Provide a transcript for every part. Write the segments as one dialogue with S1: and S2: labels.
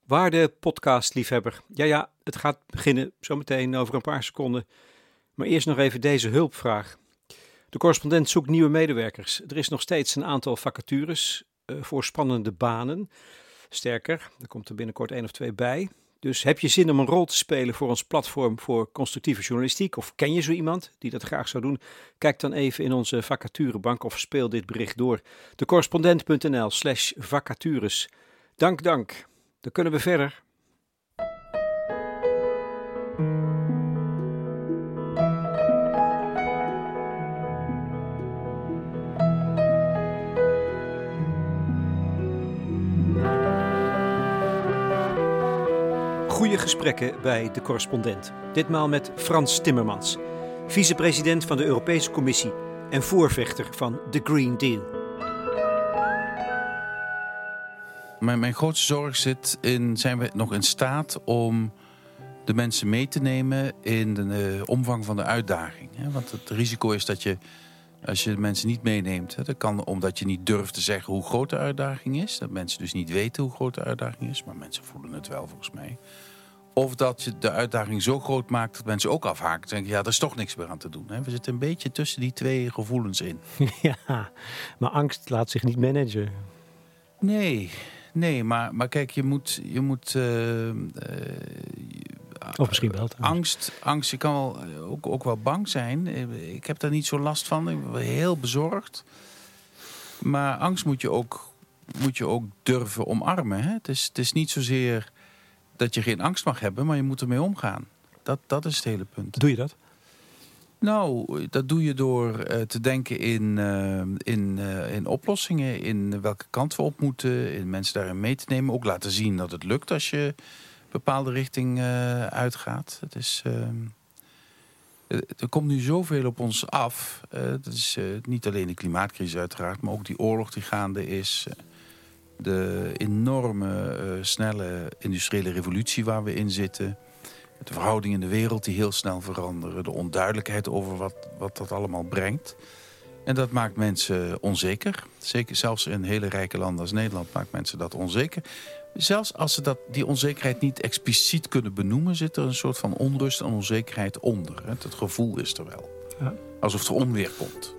S1: Waarde podcastliefhebber. Ja, het gaat beginnen zometeen over een paar seconden. Maar eerst nog even deze hulpvraag. De correspondent zoekt nieuwe medewerkers. Er is nog steeds een aantal vacatures voor spannende banen. Sterker, er komt er binnenkort 1 of 2 bij. Dus heb je zin om een rol te spelen voor ons platform voor constructieve journalistiek? Of ken je zo iemand die dat graag zou doen? Kijk dan even in onze vacaturebank of speel dit bericht door. decorrespondent.nl/vacatures. Dank. Dan kunnen we verder. Goede gesprekken bij De Correspondent. Ditmaal met Frans Timmermans, vicepresident van de Europese Commissie en voorvechter van de Green Deal.
S2: Mijn grootste zorg zit in, zijn we nog in staat om de mensen mee te nemen in de omvang van de uitdaging? Want het risico is dat je, als je de mensen niet meeneemt, dat kan omdat je niet durft te zeggen hoe groot de uitdaging is. Dat mensen dus niet weten hoe groot de uitdaging is, maar mensen voelen het wel volgens mij. Of dat je de uitdaging zo groot maakt dat mensen ook afhaken. Dan denken, ja, er is toch niks meer aan te doen. We zitten een beetje tussen die twee gevoelens in.
S1: Ja, maar angst laat zich niet managen.
S2: Nee, maar kijk, je moet
S1: of misschien wel.
S2: Angst, je kan wel ook wel bang zijn. Ik heb daar niet zo last van. Ik ben heel bezorgd. Maar angst moet je ook durven omarmen. Hè? Het is niet zozeer dat je geen angst mag hebben, maar je moet ermee omgaan. Dat is het hele punt.
S1: Doe je dat?
S2: Nou, dat doe je door te denken in oplossingen, in welke kant we op moeten, in mensen daarin mee te nemen. Ook laten zien dat het lukt als je een bepaalde richting uitgaat. Er komt nu zoveel op ons af. Dat is niet alleen de klimaatcrisis uiteraard, maar ook die oorlog die gaande is. De enorme, snelle industriële revolutie waar we in zitten. De verhoudingen in de wereld die heel snel veranderen. De onduidelijkheid over wat dat allemaal brengt. En dat maakt mensen onzeker. Zeker zelfs in hele rijke landen als Nederland maakt mensen dat onzeker. Zelfs als ze die onzekerheid niet expliciet kunnen benoemen, zit er een soort van onrust en onzekerheid onder. Het gevoel is er wel. Ja. Alsof er onweer komt.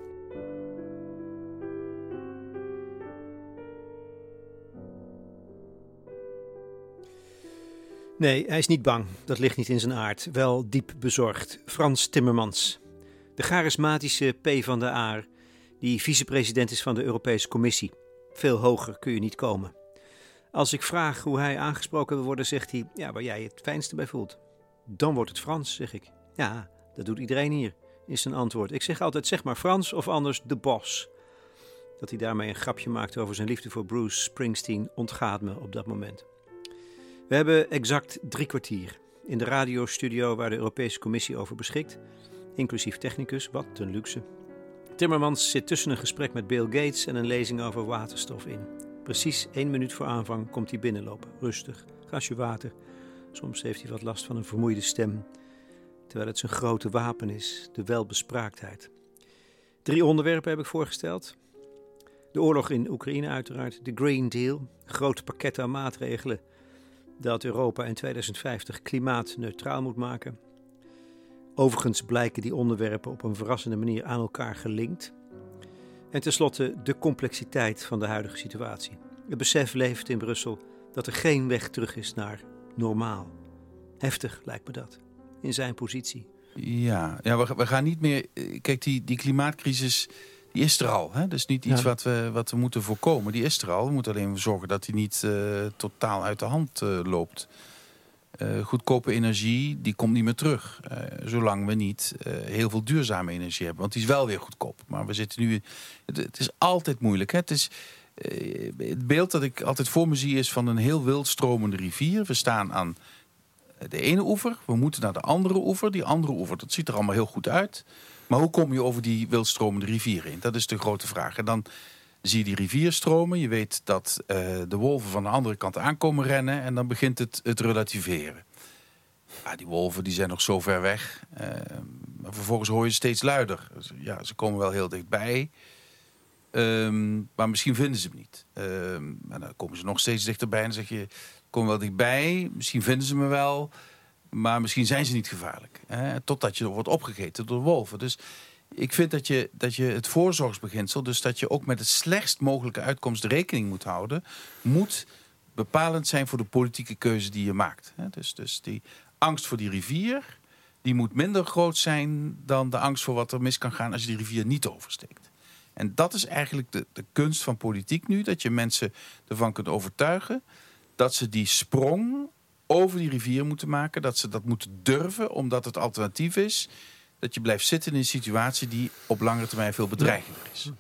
S1: Nee, hij is niet bang. Dat ligt niet in zijn aard. Wel diep bezorgd. Frans Timmermans. De charismatische PvdA, die vicepresident is van de Europese Commissie. Veel hoger kun je niet komen. Als ik vraag hoe hij aangesproken wil worden, zegt hij, ja, waar jij het fijnste bij voelt. Dan wordt het Frans, zeg ik. Ja, dat doet iedereen hier, is zijn antwoord. Ik zeg altijd, zeg maar Frans of anders de Bos. Dat hij daarmee een grapje maakt over zijn liefde voor Bruce Springsteen ontgaat me op dat moment. We hebben exact 3 kwartier in de radiostudio waar de Europese Commissie over beschikt, inclusief technicus, wat een luxe. Timmermans zit tussen een gesprek met Bill Gates en een lezing over waterstof in. Precies 1 minuut voor aanvang komt hij binnenlopen, rustig, glasje water. Soms heeft hij wat last van een vermoeide stem, terwijl het zijn grote wapen is, de welbespraaktheid. 3 onderwerpen heb ik voorgesteld. De oorlog in Oekraïne uiteraard, de Green Deal, een groot pakket aan maatregelen dat Europa in 2050 klimaatneutraal moet maken. Overigens blijken die onderwerpen op een verrassende manier aan elkaar gelinkt. En tenslotte de complexiteit van de huidige situatie. Het besef leeft in Brussel dat er geen weg terug is naar normaal. Heftig lijkt me dat, in zijn positie.
S2: Ja, we gaan niet meer. Kijk, die klimaatcrisis, die is er al. Hè? Dat is niet iets wat we moeten voorkomen. Die is er al. We moeten alleen zorgen dat die niet totaal uit de hand loopt. Goedkope energie, die komt niet meer terug. Zolang we niet heel veel duurzame energie hebben. Want die is wel weer goedkoop. Maar we zitten nu. Het is altijd moeilijk. Hè? Het beeld dat ik altijd voor me zie is van een heel wild stromende rivier. We staan aan de ene oever. We moeten naar de andere oever. Die andere oever, dat ziet er allemaal heel goed uit. Maar hoe kom je over die wildstromende rivier heen? Dat is de grote vraag. En dan zie je die rivier stromen. Je weet dat de wolven van de andere kant aankomen rennen. En dan begint het relativeren. Ja, die wolven die zijn nog zo ver weg. Maar vervolgens hoor je steeds luider. Ja, ze komen wel heel dichtbij. Maar misschien vinden ze hem niet. En dan komen ze nog steeds dichterbij en dan zeg je, komen wel dichtbij. Misschien vinden ze me wel. Maar misschien zijn ze niet gevaarlijk. Totdat je wordt opgegeten door wolven. Dus ik vind dat je het voorzorgsbeginsel... dus dat je ook met de slechtst mogelijke uitkomst rekening moet houden... moet bepalend zijn voor de politieke keuze die je maakt. Dus die angst voor die rivier... die moet minder groot zijn dan de angst voor wat er mis kan gaan... als je die rivier niet oversteekt. En dat is eigenlijk de kunst van politiek nu... dat je mensen ervan kunt overtuigen... dat ze die sprong over die rivier moeten maken... dat ze dat moeten durven, omdat het alternatief is... dat je blijft zitten in een situatie... die op langere termijn veel bedreigender is.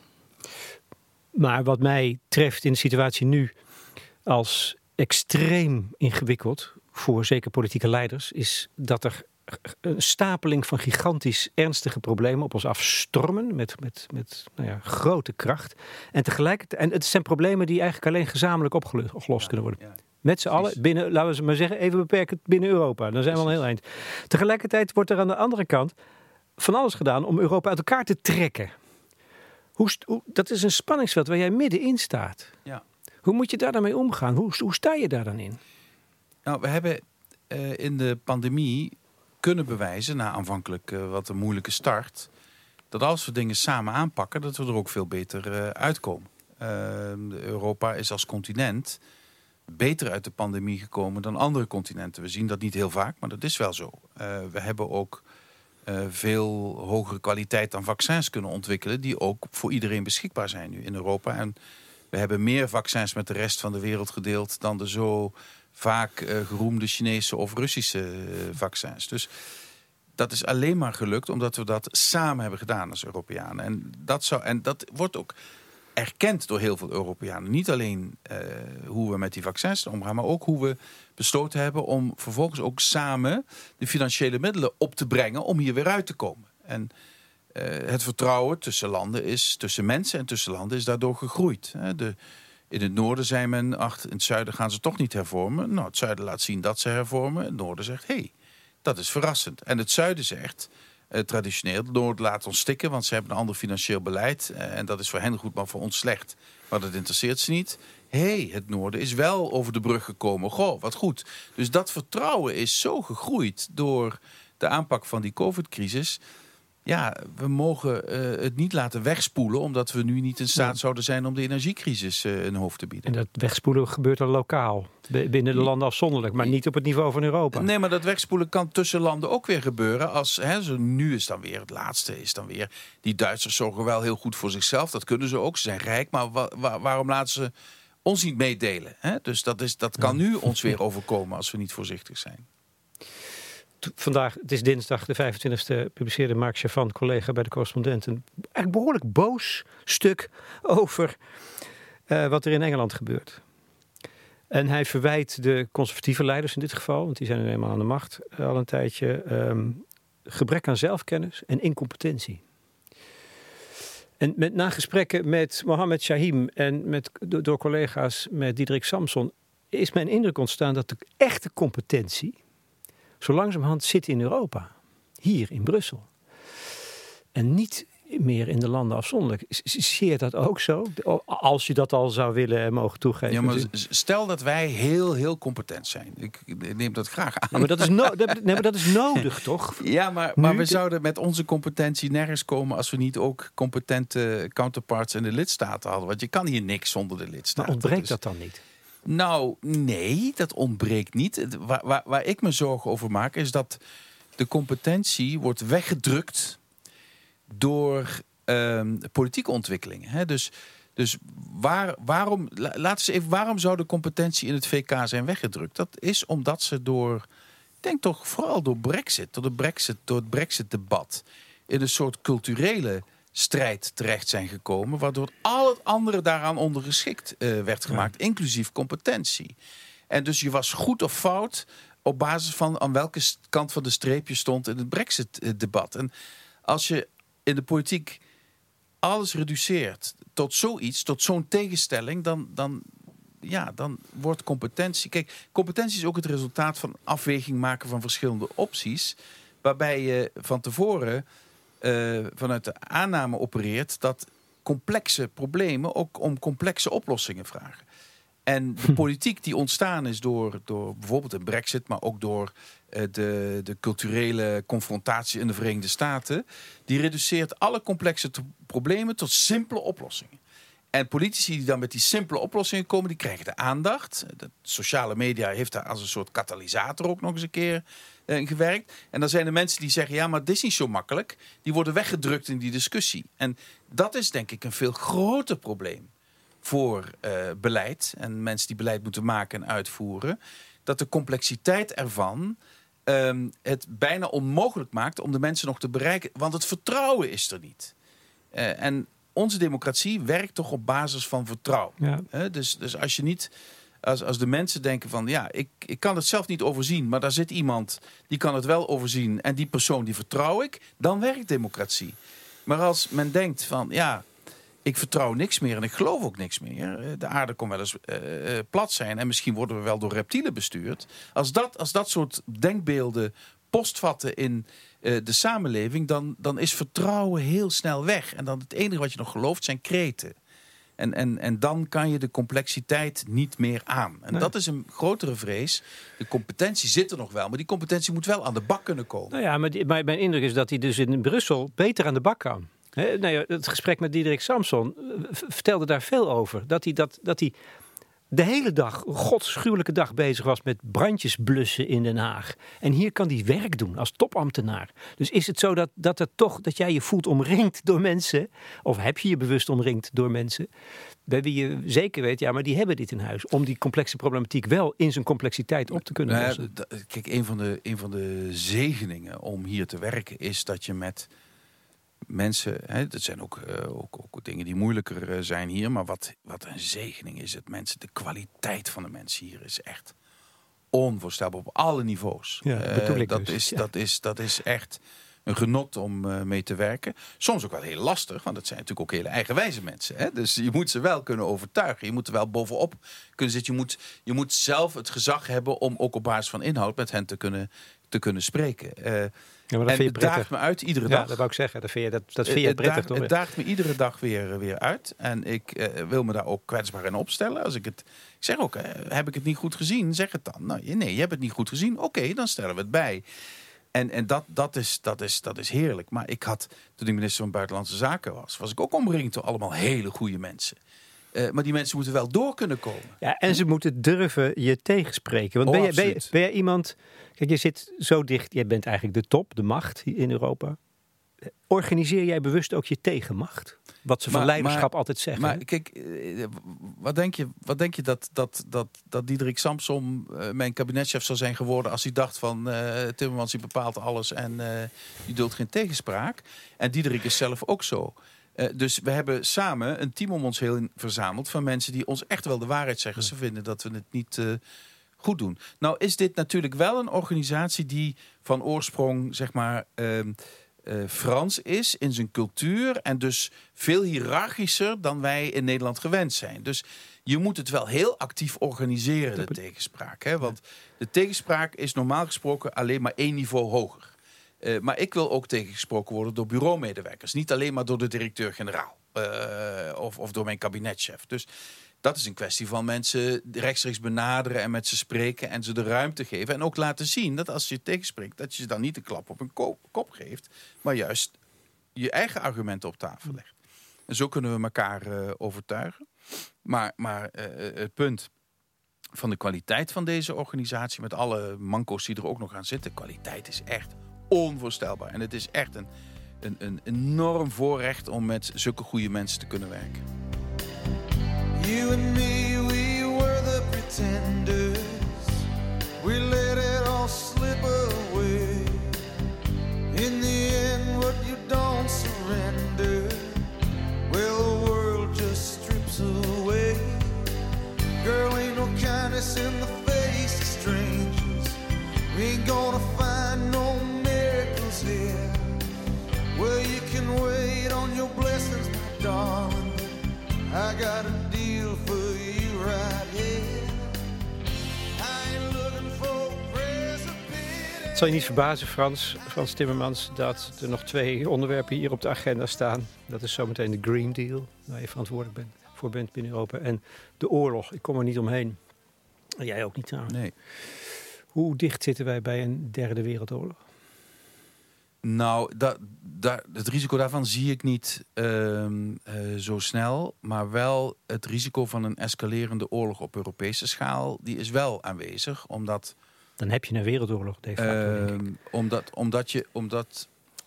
S1: Maar wat mij treft in de situatie nu... als extreem ingewikkeld voor zeker politieke leiders... is dat er een stapeling van gigantisch ernstige problemen op ons afstormen met grote kracht. En tegelijkertijd, en het zijn problemen die eigenlijk alleen gezamenlijk opgelost kunnen worden. Ja. Met z'n allen, binnen, laten we maar zeggen, even beperkt binnen Europa. Dan zijn we al een heel eind. Tegelijkertijd wordt er aan de andere kant van alles gedaan om Europa uit elkaar te trekken. Dat is een spanningsveld waar jij middenin staat. Ja. Hoe moet je daar dan mee omgaan? Hoe sta je daar dan in?
S2: Nou, we hebben in de pandemie kunnen bewijzen, na aanvankelijk wat een moeilijke start, dat als we dingen samen aanpakken, dat we er ook veel beter uitkomen. Europa is als continent beter uit de pandemie gekomen dan andere continenten. We zien dat niet heel vaak, maar dat is wel zo. We hebben ook veel hogere kwaliteit aan vaccins kunnen ontwikkelen, die ook voor iedereen beschikbaar zijn nu in Europa. En we hebben meer vaccins met de rest van de wereld gedeeld dan de zo vaak geroemde Chinese of Russische vaccins. Dus dat is alleen maar gelukt omdat we dat samen hebben gedaan als Europeanen. En dat wordt ook erkend door heel veel Europeanen. Niet alleen hoe we met die vaccins omgaan, maar ook hoe we besloten hebben om vervolgens ook samen de financiële middelen op te brengen om hier weer uit te komen. En het vertrouwen tussen landen tussen mensen en tussen landen is daardoor gegroeid. In het noorden zei men, in het zuiden gaan ze toch niet hervormen. Nou, het zuiden laat zien dat ze hervormen. Het noorden zegt, dat is verrassend. En het zuiden zegt, traditioneel, het noorden laat ons stikken, want ze hebben een ander financieel beleid. En dat is voor hen goed, maar voor ons slecht. Maar dat interesseert ze niet. Het noorden is wel over de brug gekomen. Goh, wat goed. Dus dat vertrouwen is zo gegroeid door de aanpak van die COVID-crisis. Ja, we mogen het niet laten wegspoelen, omdat we nu niet in staat zouden zijn om de energiecrisis een hoofd te bieden.
S1: En dat wegspoelen gebeurt dan lokaal, binnen de landen afzonderlijk, maar niet op het niveau van Europa.
S2: Nee, maar dat wegspoelen kan tussen landen ook weer gebeuren. Zo nu is dan weer, het laatste is dan weer, die Duitsers zorgen wel heel goed voor zichzelf. Dat kunnen ze ook, ze zijn rijk, maar waarom laten ze ons niet meedelen? Dus dat kan nu ons weer overkomen als we niet voorzichtig zijn.
S1: Vandaag, het is dinsdag de 25e, publiceerde Mark Chavan, collega bij de Correspondent, een eigenlijk behoorlijk boos stuk over wat er in Engeland gebeurt. En hij verwijt de conservatieve leiders in dit geval, want die zijn nu eenmaal aan de macht al een tijdje, gebrek aan zelfkennis en incompetentie. En na gesprekken met Mohammed Shahim en door collega's met Diederik Samson is mijn indruk ontstaan dat de echte competentie zo langzamerhand zit in Europa. Hier in Brussel. En niet meer in de landen afzonderlijk. Zie je dat ook zo? Als je dat al zou willen en mogen toegeven.
S2: Ja, maar stel dat wij heel, heel competent zijn. Ik neem dat graag aan.
S1: Ja, maar dat is nodig, toch?
S2: Ja, maar we zouden met onze competentie nergens komen als we niet ook competente counterparts in de lidstaten hadden. Want je kan hier niks zonder de lidstaten.
S1: Maar ontbreekt dat dan niet?
S2: Nou, nee, dat ontbreekt niet. Waar ik me zorgen over maak is dat de competentie wordt weggedrukt door politieke ontwikkelingen. Dus waarom zou de competentie in het VK zijn weggedrukt? Dat is omdat ze ik denk toch vooral door het Brexit-debat in een soort culturele strijd terecht zijn gekomen, waardoor al het andere daaraan ondergeschikt werd gemaakt, inclusief competentie. En dus je was goed of fout op basis van aan welke kant van de streep je stond in het Brexit-debat. En als je in de politiek alles reduceert tot zoiets, tot zo'n tegenstelling, dan wordt competentie. Kijk, competentie is ook het resultaat van afweging maken van verschillende opties, waarbij je van tevoren vanuit de aanname opereert dat complexe problemen ook om complexe oplossingen vragen. En de politiek die ontstaan is door bijvoorbeeld een Brexit, maar ook door de culturele confrontatie in de Verenigde Staten, die reduceert alle complexe problemen tot simpele oplossingen. En politici die dan met die simpele oplossingen komen, die krijgen de aandacht. De sociale media heeft daar als een soort katalysator ook nog eens een keer gewerkt. En dan zijn er mensen die zeggen, ja, maar dit is niet zo makkelijk. Die worden weggedrukt in die discussie. En dat is denk ik een veel groter probleem voor beleid. En mensen die beleid moeten maken en uitvoeren. Dat de complexiteit ervan het bijna onmogelijk maakt om de mensen nog te bereiken. Want het vertrouwen is er niet. En onze democratie werkt toch op basis van vertrouwen. Ja. Dus als je niet, als de mensen denken van, ja, ik kan het zelf niet overzien, maar daar zit iemand die kan het wel overzien en die persoon die vertrouw ik, dan werkt democratie. Maar als men denkt van, ja, ik vertrouw niks meer en ik geloof ook niks meer. De aarde kon wel eens plat zijn en misschien worden we wel door reptielen bestuurd. Als dat soort denkbeelden postvatten in de samenleving, dan is vertrouwen heel snel weg. En dan het enige wat je nog gelooft zijn kreten. En dan kan je de complexiteit niet meer aan. En dat is een grotere vrees. De competentie zit er nog wel, maar die competentie moet wel aan de bak kunnen komen.
S1: Nou ja, maar mijn indruk is dat hij dus in Brussel beter aan de bak kan. Het gesprek met Diederik Samson vertelde daar veel over. Dat hij de hele dag, een godschuwelijke dag bezig was met brandjes blussen in Den Haag. En hier kan hij werk doen als topambtenaar. Dus is het zo dat jij je voelt omringd door mensen, of heb je je bewust omringd door mensen, bij wie je zeker weet, ja, maar die hebben dit in huis. Om die complexe problematiek wel in zijn complexiteit op te kunnen lossen.
S2: Kijk, een van de zegeningen om hier te werken is dat je met mensen, dat zijn ook dingen die moeilijker zijn hier, maar wat een zegening is het mensen. De kwaliteit van de mensen hier is echt onvoorstelbaar op alle niveaus.
S1: Ja,
S2: dat is echt een genot om mee te werken. Soms ook wel heel lastig, want het zijn natuurlijk ook hele eigenwijze mensen. Hè? Dus je moet ze wel kunnen overtuigen. Je moet er wel bovenop kunnen zitten. Je moet zelf het gezag hebben om ook op basis van inhoud met hen te kunnen spreken.
S1: Ja, maar dat vind je
S2: het daagt me uit iedere dag.
S1: Ja, dat wou ik zeggen. Dat vind je prettig, toch?
S2: Het daagt me iedere dag weer uit. En ik wil me daar ook kwetsbaar in opstellen. Als ik zeg ook, heb ik het niet goed gezien? Zeg het dan. Nou, nee, je hebt het niet goed gezien. Oké, dan stellen we het bij. En dat is heerlijk. Maar toen ik minister van Buitenlandse Zaken was ik ook omringd door allemaal hele goede mensen. Maar die mensen moeten wel door kunnen komen.
S1: Ja, en ze moeten durven je tegenspreken. Want ben jij iemand, kijk, je zit zo dicht, jij bent eigenlijk de top, de macht in Europa. Organiseer jij bewust ook je tegenmacht? Wat ze van leiderschap altijd zeggen.
S2: Maar kijk, wat denk je dat Diederik Samson mijn kabinetchef zou zijn geworden als hij dacht van Timmermans die bepaalt alles en die duldt geen tegenspraak. En Diederik is zelf ook zo. Dus we hebben samen een team om ons heen verzameld van mensen die ons echt wel de waarheid zeggen. Ze vinden dat we het niet goed doen. Nou is dit natuurlijk wel een organisatie die van oorsprong, zeg maar, Frans is in zijn cultuur en dus veel hiërarchischer dan wij in Nederland gewend zijn. Dus je moet het wel heel actief organiseren, de tegenspraak. Hè? Want de tegenspraak is normaal gesproken alleen maar 1 niveau hoger. Maar ik wil ook tegengesproken worden door bureaumedewerkers. Niet alleen maar door de directeur-generaal of door mijn kabinetchef. Dus dat is een kwestie van mensen rechtstreeks benaderen en met ze spreken en ze de ruimte geven. En ook laten zien dat als je tegenspreekt, dat je ze dan niet een klap op een kop geeft, maar juist je eigen argumenten op tafel legt. En zo kunnen we elkaar overtuigen. Maar het punt van de kwaliteit van deze organisatie, met alle manco's die er ook nog aan zitten, kwaliteit is echt onvoorstelbaar. En het is echt een enorm voorrecht om met zulke goede mensen te kunnen werken.
S3: You and me, we were the pretenders. We let it all slip away. In the end, what you don't surrender, well, the world just strips away. Girl, ain't no kindness in the face of strangers. We ain't gonna find no miracles here. Well, you can wait on your blessings, my darling. I got a deal for you right here. I ain't looking for praise or pity.
S1: Het zal je niet verbazen, Frans Timmermans, dat er nog 2 onderwerpen hier op de agenda staan. Dat is zometeen de Green Deal, waar je verantwoordelijk bent voor bent binnen Europa. En de oorlog, ik kom er niet omheen. Jij ook niet trouwens.
S2: Nee.
S1: Hoe dicht zitten wij bij een derde wereldoorlog?
S2: Nou, het risico daarvan zie ik niet zo snel. Maar wel het risico van een escalerende oorlog op Europese schaal, die is wel aanwezig. Omdat
S1: Dan heb je een wereldoorlog, de facto, denk ik.
S2: Omdat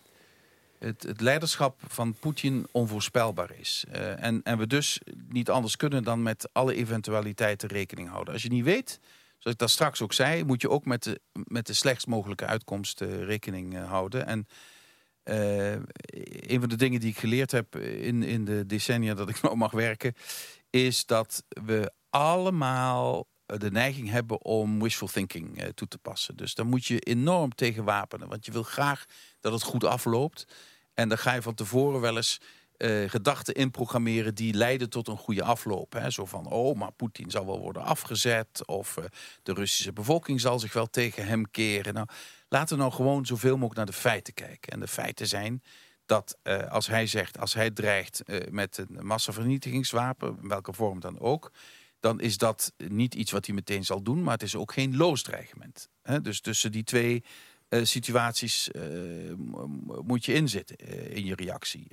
S2: het leiderschap van Poetin onvoorspelbaar is. En we dus niet anders kunnen dan met alle eventualiteiten rekening houden. Als je niet weet, zoals ik dat straks ook zei, moet je ook met de slechtst mogelijke uitkomst rekening houden. En een van de dingen die ik geleerd heb in de decennia dat ik nou mag werken, is dat we allemaal de neiging hebben om wishful thinking toe te passen. Dus daar moet je enorm tegen wapenen. Want je wil graag dat het goed afloopt. En dan ga je van tevoren wel eens gedachten inprogrammeren die leiden tot een goede afloop. Hè? Zo van, maar Poetin zal wel worden afgezet. Of de Russische bevolking zal zich wel tegen hem keren. Nou, laten we nou gewoon zoveel mogelijk naar de feiten kijken. En de feiten zijn dat als hij dreigt met een massavernietigingswapen, in welke vorm dan ook, dan is dat niet iets wat hij meteen zal doen, maar het is ook geen loos dreigement. Dus tussen die twee situaties moet je inzitten in je reactie.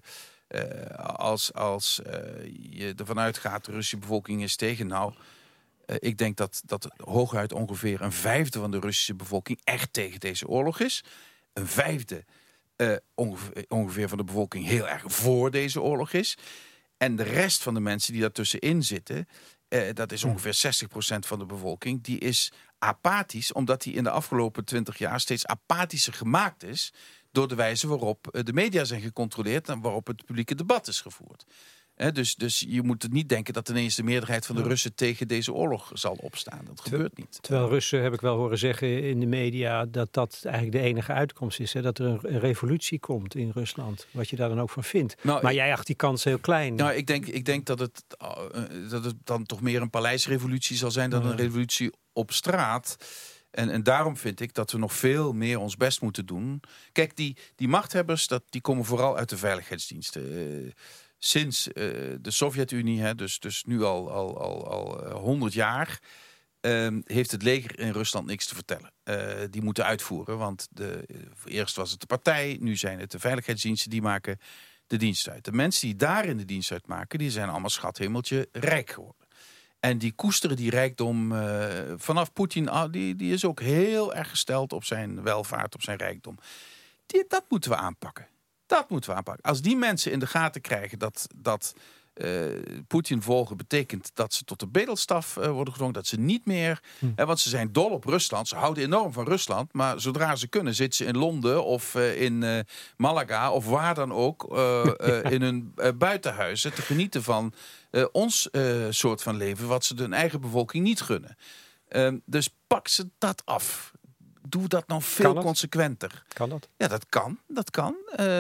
S2: Als je ervan uitgaat, de Russische bevolking is tegen, ik denk dat hooguit ongeveer een vijfde van de Russische bevolking echt tegen deze oorlog is. Een vijfde ongeveer van de bevolking heel erg voor deze oorlog is. En de rest van de mensen die daartussenin zitten, dat is ongeveer 60% van de bevolking, die is apathisch, omdat die in de afgelopen 20 jaar steeds apathischer gemaakt is door de wijze waarop de media zijn gecontroleerd en waarop het publieke debat is gevoerd. Dus je moet het niet denken dat ineens de meerderheid van de Russen tegen deze oorlog zal opstaan. Dat gebeurt niet.
S1: Terwijl Russen, heb ik wel horen zeggen in de media, dat eigenlijk de enige uitkomst is. Hè? Dat er een revolutie komt in Rusland. Wat je daar dan ook van vindt. Maar jij acht die kans heel klein.
S2: Nou, ik denk dat het dan toch meer een paleisrevolutie zal zijn dan een revolutie op straat. En daarom vind ik dat we nog veel meer ons best moeten doen. Kijk, die machthebbers, die komen vooral uit de veiligheidsdiensten. Sinds de Sovjet-Unie, dus nu al 100 jaar, heeft het leger in Rusland niks te vertellen. Die moeten uitvoeren, want eerst was het de partij, nu zijn het de veiligheidsdiensten, die maken de dienst uit. De mensen die daar in de dienst uitmaken, die zijn allemaal schathemeltje rijk geworden. En die koesteren die rijkdom vanaf Poetin, die is ook heel erg gesteld op zijn welvaart, op zijn rijkdom. Dat moeten we aanpakken. Dat moeten we aanpakken. Als die mensen in de gaten krijgen dat Poetin volgen betekent dat ze tot de bedelstaf worden gedwongen, dat ze niet meer, want ze zijn dol op Rusland, ze houden enorm van Rusland, maar zodra ze kunnen zitten ze in Londen of in Malaga of waar dan ook in hun buitenhuizen te genieten van ons soort van leven wat ze hun eigen bevolking niet gunnen. Dus pak ze dat af. Doe dat nou veel consequenter.
S1: Kan dat?
S2: Ja, dat kan.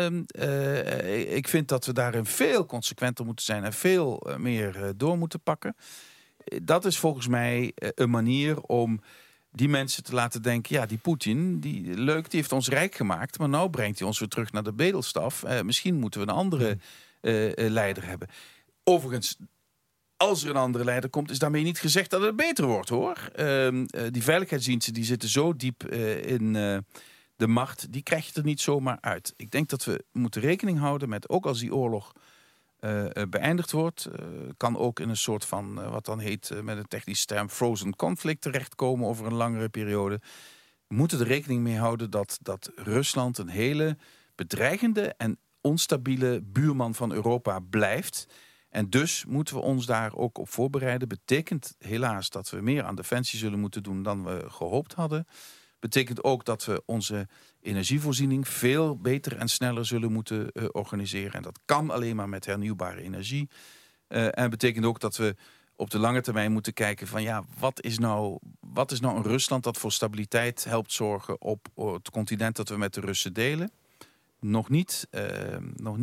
S2: Ik vind dat we daarin veel consequenter moeten zijn en veel meer door moeten pakken. Dat is volgens mij een manier om die mensen te laten denken, ja, die Poetin, die heeft ons rijk gemaakt, maar nou brengt hij ons weer terug naar de bedelstaf. Misschien moeten we een andere leider hebben. Overigens, als er een andere leider komt, is daarmee niet gezegd dat het beter wordt, hoor. Die veiligheidsdiensten die zitten zo diep in de macht, die krijg je er niet zomaar uit. Ik denk dat we moeten rekening houden met, ook als die oorlog beëindigd wordt, kan ook in een soort van, wat dan heet met een technische term, frozen conflict terechtkomen over een langere periode. We moeten er rekening mee houden dat Rusland een hele bedreigende en onstabiele buurman van Europa blijft. En dus moeten we ons daar ook op voorbereiden. Betekent helaas dat we meer aan defensie zullen moeten doen dan we gehoopt hadden. Betekent ook dat we onze energievoorziening veel beter en sneller zullen moeten organiseren. En dat kan alleen maar met hernieuwbare energie. En betekent ook dat we op de lange termijn moeten kijken van, ja, wat is nou een Rusland dat voor stabiliteit helpt zorgen op het continent dat we met de Russen delen. Nog niet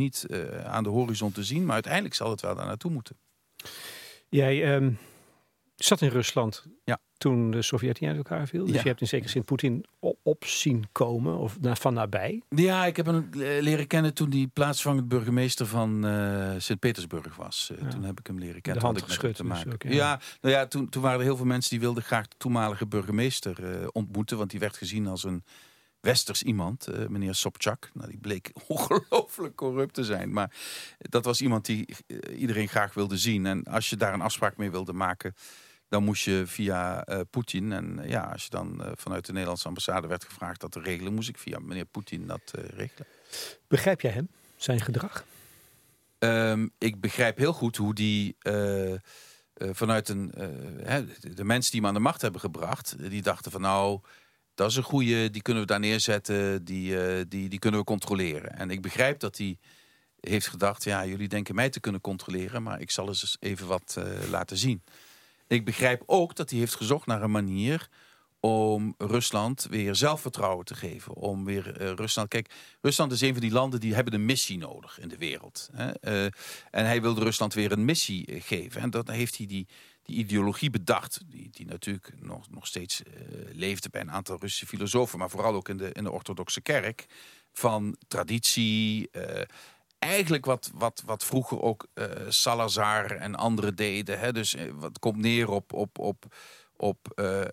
S2: aan de horizon te zien, maar uiteindelijk zal het wel daar naartoe moeten.
S1: Jij zat in Rusland toen de Sovjet-Unie uit elkaar viel. Dus je hebt in zekere zin Poetin op zien komen of van nabij.
S2: Ja, ik heb hem leren kennen toen hij plaatsvangend burgemeester van Sint-Petersburg was. Toen heb ik hem leren kennen.
S1: De hand geschud.
S2: Te maken. Toen waren er heel veel mensen die wilden graag de toenmalige burgemeester ontmoeten. Want die werd gezien als een westers iemand, meneer Sobchak. Nou, die bleek ongelooflijk corrupt te zijn. Maar dat was iemand die iedereen graag wilde zien. En als je daar een afspraak mee wilde maken, dan moest je via Poetin. En als je dan vanuit de Nederlandse ambassade werd gevraagd dat te regelen, moest ik via meneer Poetin dat regelen.
S1: Begrijp jij hem, zijn gedrag?
S2: Ik begrijp heel goed hoe die vanuit de mensen die hem aan de macht hebben gebracht, die dachten van nou, dat is een goeie, die kunnen we daar neerzetten, die kunnen we controleren. En ik begrijp dat hij heeft gedacht, jullie denken mij te kunnen controleren, maar ik zal eens even wat laten zien. Ik begrijp ook dat hij heeft gezocht naar een manier om Rusland weer zelfvertrouwen te geven. Om weer Rusland... Kijk, Rusland is een van die landen die hebben een missie nodig in de wereld. En hij wilde Rusland weer een missie geven. En dat heeft hij die ideologie bedacht. Die natuurlijk nog steeds leefde bij een aantal Russische filosofen. Maar vooral ook in de orthodoxe kerk. Van traditie... Eigenlijk wat vroeger ook Salazar en anderen deden. Hè? Dus wat komt neer op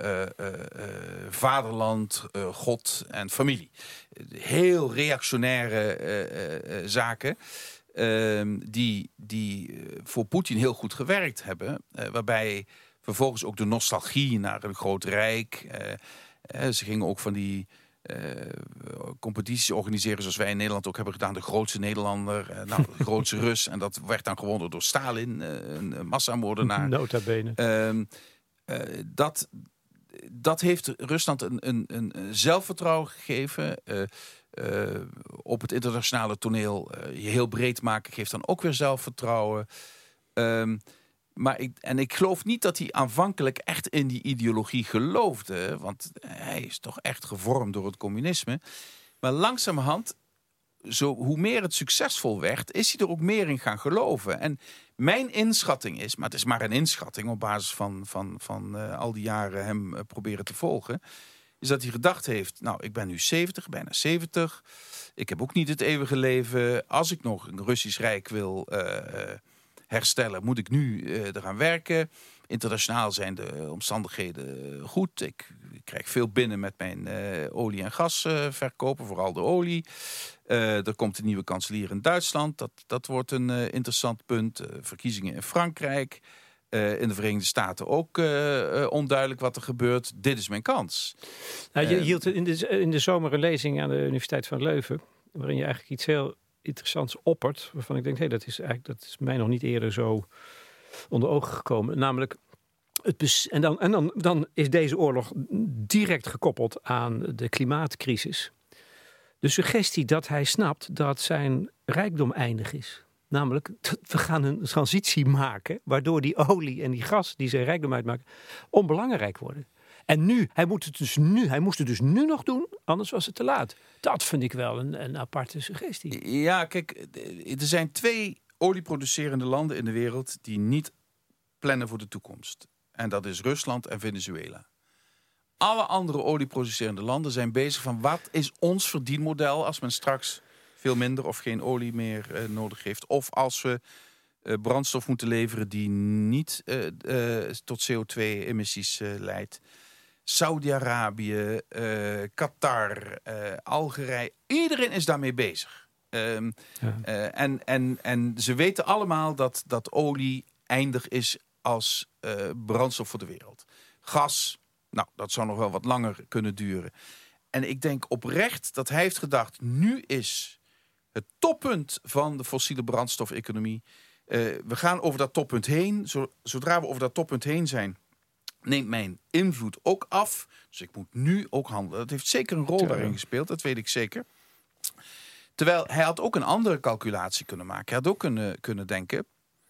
S2: vaderland, God en familie. Heel reactionaire zaken. Die voor Poetin heel goed gewerkt hebben. Waarbij vervolgens ook de nostalgie naar een groot rijk. Ze gingen ook van die competities organiseren zoals wij in Nederland ook hebben gedaan. De grootste Nederlander, de grootste Rus. En dat werd dan gewonnen door Stalin, een massamoordenaar.
S1: Nota bene.
S2: Dat heeft Rusland een zelfvertrouwen gegeven. Op het internationale toneel je heel breed maken geeft dan ook weer zelfvertrouwen. Maar ik geloof niet dat hij aanvankelijk echt in die ideologie geloofde. Want hij is toch echt gevormd door het communisme. Maar langzamerhand, hoe meer het succesvol werd, is hij er ook meer in gaan geloven. En mijn inschatting is, maar het is maar een inschatting op basis van al die jaren hem proberen te volgen, is dat hij gedacht heeft, nou, ik ben nu 70, bijna 70. Ik heb ook niet het eeuwige leven. Als ik nog een Russisch Rijk wil herstellen, moet ik nu eraan werken. Internationaal zijn de omstandigheden goed. Ik krijg veel binnen met mijn olie- en gasverkopen, vooral de olie. Er komt een nieuwe kanselier in Duitsland. Dat wordt een interessant punt. Verkiezingen in Frankrijk. In de Verenigde Staten ook onduidelijk wat er gebeurt. Dit is mijn kans.
S1: Nou, je hield in de zomer een lezing aan de Universiteit van Leuven, waarin je eigenlijk iets heel interessants oppert, waarvan ik denk, dat is mij nog niet eerder zo onder ogen gekomen. Namelijk, dan is deze oorlog direct gekoppeld aan de klimaatcrisis. De suggestie dat hij snapt dat zijn rijkdom eindig is. Namelijk, we gaan een transitie maken, waardoor die olie en die gas die zijn rijkdom uitmaken, onbelangrijk worden. En nu, hij moest het dus nu nog doen, anders was het te laat. Dat vind ik wel een aparte suggestie.
S2: Ja, kijk, er zijn 2 olieproducerende landen in de wereld die niet plannen voor de toekomst. En dat is Rusland en Venezuela. Alle andere olieproducerende landen zijn bezig van wat is ons verdienmodel als men straks veel minder of geen olie meer nodig heeft. Of als we brandstof moeten leveren die niet tot CO2-emissies leidt. Saudi-Arabië, Qatar, Algerije. Iedereen is daarmee bezig. En ze weten allemaal dat olie eindig is als brandstof voor de wereld. Gas, nou, dat zou nog wel wat langer kunnen duren. En ik denk oprecht dat hij heeft gedacht, nu is het toppunt van de fossiele brandstof-economie. We gaan over dat toppunt heen. Zodra we over dat toppunt heen zijn, neemt mijn invloed ook af. Dus ik moet nu ook handelen. Dat heeft zeker een rol daarin gespeeld, dat weet ik zeker. Terwijl hij had ook een andere calculatie kunnen maken. Hij had ook kunnen denken,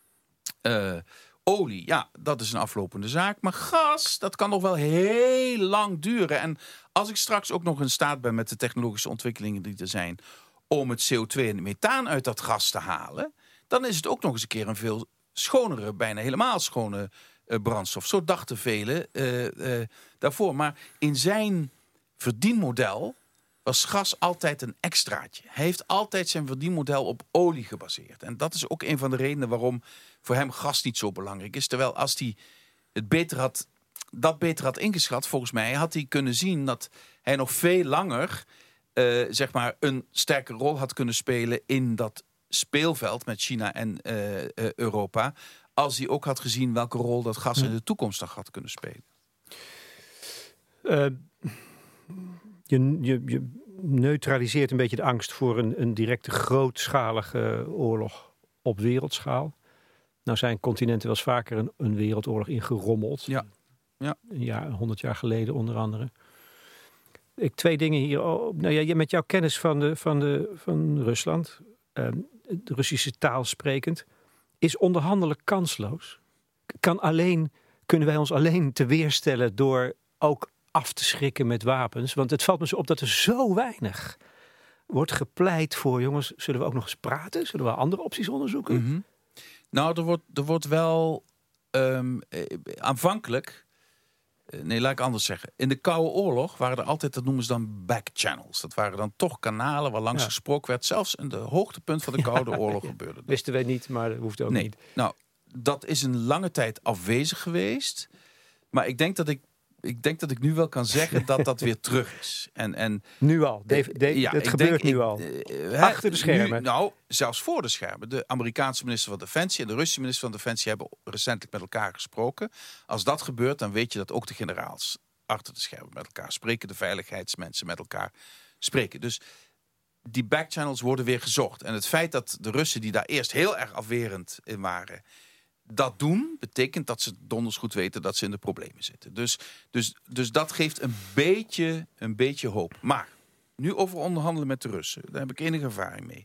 S2: olie, ja, dat is een aflopende zaak. Maar gas, dat kan nog wel heel lang duren. En als ik straks ook nog in staat ben met de technologische ontwikkelingen die er zijn, om het CO2 en het methaan uit dat gas te halen, dan is het ook nog eens een keer een veel schonere, bijna helemaal schone brandstof. Zo dachten velen daarvoor. Maar in zijn verdienmodel was gas altijd een extraatje. Hij heeft altijd zijn verdienmodel op olie gebaseerd. En dat is ook een van de redenen waarom voor hem gas niet zo belangrijk is. Terwijl als hij het beter had ingeschat, volgens mij, had hij kunnen zien dat hij nog veel langer een sterke rol had kunnen spelen in dat speelveld met China en Europa, als hij ook had gezien welke rol dat gas in de toekomst nog had kunnen spelen.
S1: Je neutraliseert een beetje de angst voor een directe grootschalige oorlog op wereldschaal. Nou zijn continenten wel eens vaker een wereldoorlog ingerommeld.
S2: Ja.
S1: 100 jaar geleden onder andere. Twee dingen hier. Met jouw kennis van Rusland, de Russische taal sprekend, is onderhandelen kansloos? Kunnen wij ons alleen te weerstellen door ook af te schrikken met wapens? Want het valt me zo op dat er zo weinig wordt gepleit voor, jongens, zullen we ook nog eens praten? Zullen we andere opties onderzoeken?
S2: Mm-hmm. Nou, er wordt wel aanvankelijk. Nee, laat ik anders zeggen. In de Koude Oorlog waren er altijd, dat noemen ze dan backchannels. Dat waren dan toch kanalen waar langs gesproken werd. Zelfs in de hoogtepunt van de Koude Oorlog gebeurde dat.
S1: Wisten wij niet, maar dat hoeft ook niet.
S2: Nou, dat is een lange tijd afwezig geweest. Maar ik denk dat ik nu wel kan zeggen dat dat weer terug is. En
S1: nu al? Het gebeurt nu al? Achter de schermen?
S2: Zelfs voor de schermen. De Amerikaanse minister van Defensie en de Russische minister van Defensie hebben recentelijk met elkaar gesproken. Als dat gebeurt, dan weet je dat ook de generaals achter de schermen met elkaar spreken. De veiligheidsmensen met elkaar spreken. Dus die backchannels worden weer gezocht. En het feit dat de Russen, die daar eerst heel erg afwerend in waren, dat doen, betekent dat ze donders goed weten dat ze in de problemen zitten. Dus dat geeft een beetje hoop. Maar nu over onderhandelen met de Russen. Daar heb ik enige ervaring mee.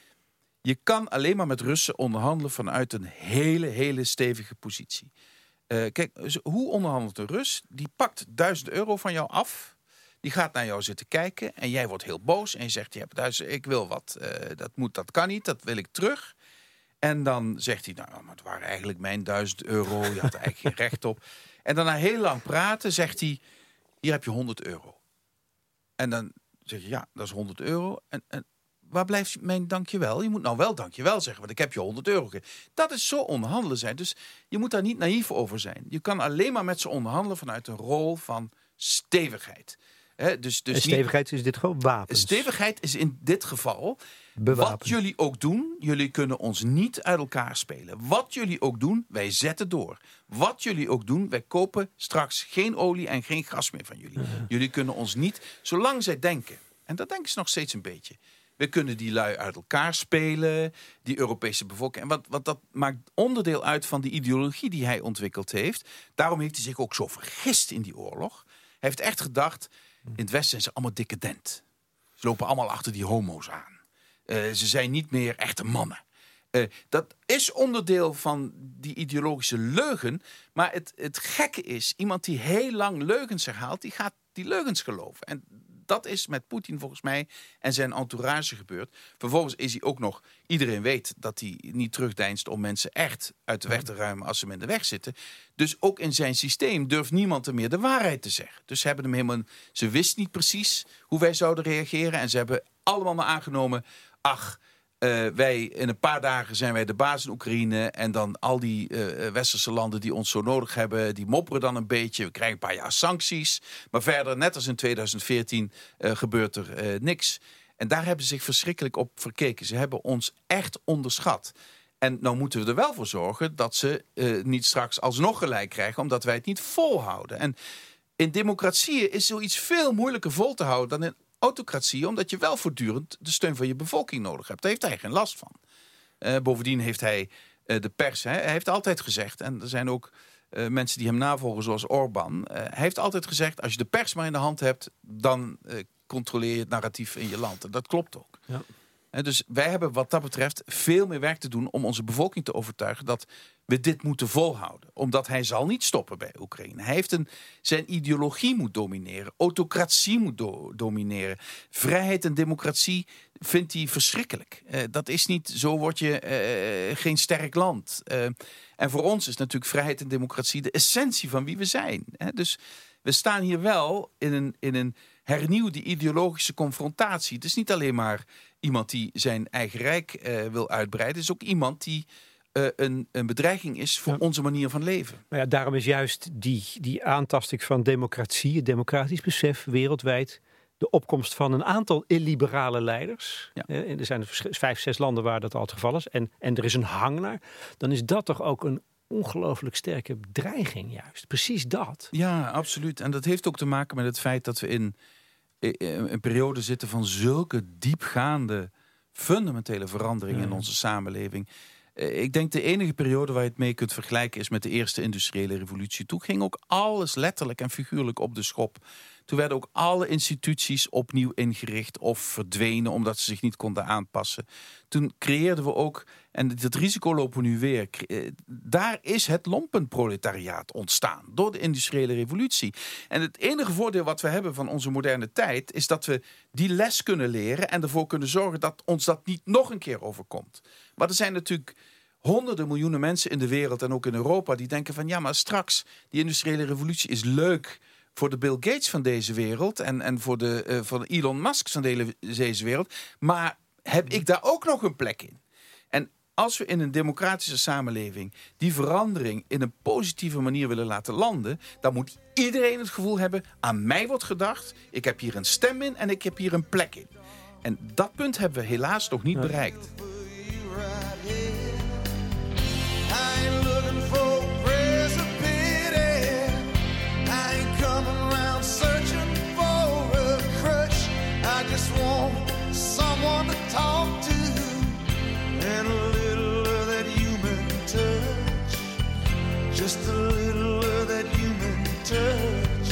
S2: Je kan alleen maar met Russen onderhandelen vanuit een hele stevige positie. Kijk, hoe onderhandelt een Rus? Die pakt €1000 van jou af. Die gaat naar jou zitten kijken en jij wordt heel boos en je zegt, je hebt 1000, ik wil wat. Dat kan niet, dat wil ik terug. En dan zegt hij, nou, maar het waren eigenlijk mijn €1000. Je had er eigenlijk geen recht op. En dan na heel lang praten zegt hij, hier heb je €100. En dan zeg je, ja, dat is €100. En waar blijft mijn dankjewel? Je moet nou wel dankjewel zeggen, want ik heb je €100 gegeven. Dat is zo onderhandelen zijn. Dus je moet daar niet naïef over zijn. Je kan alleen maar met ze onderhandelen vanuit een rol van stevigheid. Dus
S1: en stevigheid is dit gewoon wapens?
S2: Stevigheid is in dit geval,
S1: bewapend.
S2: Wat jullie ook doen, jullie kunnen ons niet uit elkaar spelen. Wat jullie ook doen, wij zetten door. Wat jullie ook doen, wij kopen straks geen olie en geen gas meer van jullie. Jullie kunnen ons niet, zolang zij denken, en dat denken ze nog steeds een beetje, we kunnen die lui uit elkaar spelen, die Europese bevolking. En wat dat maakt onderdeel uit van die ideologie die hij ontwikkeld heeft. Daarom heeft hij zich ook zo vergist in die oorlog. Hij heeft echt gedacht, in het Westen zijn ze allemaal decadent. Ze lopen allemaal achter die homo's aan. Ze zijn niet meer echte mannen. Dat is onderdeel van die ideologische leugen. Maar het gekke is, iemand die heel lang leugens herhaalt, die gaat die leugens geloven. En dat is met Poetin volgens mij en zijn entourage gebeurd. Vervolgens is hij ook nog, iedereen weet dat hij niet terugdeinst om mensen echt uit de weg te ruimen als ze hem in de weg zitten. Dus ook in zijn systeem durft niemand er meer de waarheid te zeggen. Dus ze hebben hem helemaal, ze wisten niet precies hoe wij zouden reageren en ze hebben allemaal maar aangenomen, wij in een paar dagen zijn wij de baas in Oekraïne en dan al die westerse landen die ons zo nodig hebben, die mopperen dan een beetje. We krijgen een paar jaar sancties, maar verder, net als in 2014, gebeurt er niks. En daar hebben ze zich verschrikkelijk op verkeken. Ze hebben ons echt onderschat. En nou moeten we er wel voor zorgen dat ze niet straks alsnog gelijk krijgen, omdat wij het niet volhouden. En in democratieën is zoiets veel moeilijker vol te houden dan in autocratie, omdat je wel voortdurend de steun van je bevolking nodig hebt. Daar heeft hij geen last van. Bovendien heeft hij de pers, hij heeft altijd gezegd, en er zijn ook mensen die hem navolgen zoals Orbán, hij heeft altijd gezegd, als je de pers maar in de hand hebt, dan controleer je het narratief in je land. En dat klopt ook. Ja. Dus wij hebben wat dat betreft veel meer werk te doen om onze bevolking te overtuigen dat we dit moeten volhouden. Omdat hij zal niet stoppen bij Oekraïne. Hij heeft zijn ideologie moet domineren. Autocratie moet domineren. Vrijheid en democratie, vindt hij verschrikkelijk. Dat is niet, zo word je geen sterk land. En voor ons is natuurlijk vrijheid en democratie de essentie van wie we zijn. Dus we staan hier wel in een hernieuwde ideologische confrontatie. Het is niet alleen maar iemand die zijn eigen rijk wil uitbreiden. Het is ook iemand die een bedreiging is voor onze manier van leven.
S1: Maar ja, daarom is juist die aantasting van democratie, het democratisch besef wereldwijd, de opkomst van een aantal illiberale leiders. Ja. Er zijn 5, 6 landen waar dat al het geval is. En er is een hang naar. Dan is dat toch ook een ongelooflijk sterke dreiging juist. Precies dat.
S2: Ja, absoluut. En dat heeft ook te maken met het feit dat we in een periode zitten van zulke diepgaande, fundamentele veranderingen in onze samenleving. Ik denk de enige periode waar je het mee kunt vergelijken is met de eerste industriële revolutie. Toen ging ook alles letterlijk en figuurlijk op de schop. Toen werden ook alle instituties opnieuw ingericht of verdwenen omdat ze zich niet konden aanpassen. Toen creëerden we ook, en dat risico lopen we nu weer, daar is het lompenproletariaat ontstaan door de industriële revolutie. En het enige voordeel wat we hebben van onze moderne tijd is dat we die les kunnen leren en ervoor kunnen zorgen dat ons dat niet nog een keer overkomt. Maar er zijn natuurlijk honderden miljoenen mensen in de wereld en ook in Europa die denken van ja, maar straks, die industriële revolutie is leuk voor de Bill Gates van deze wereld en voor de Elon Musk van deze wereld. Maar heb ik daar ook nog een plek in? En als we in een democratische samenleving die verandering in een positieve manier willen laten landen, dan moet iedereen het gevoel hebben, aan mij wordt gedacht, ik heb hier een stem in en ik heb hier een plek in. En dat punt hebben we helaas nog niet bereikt.
S3: Someone to talk to and a little of that human touch, just a little of that human touch.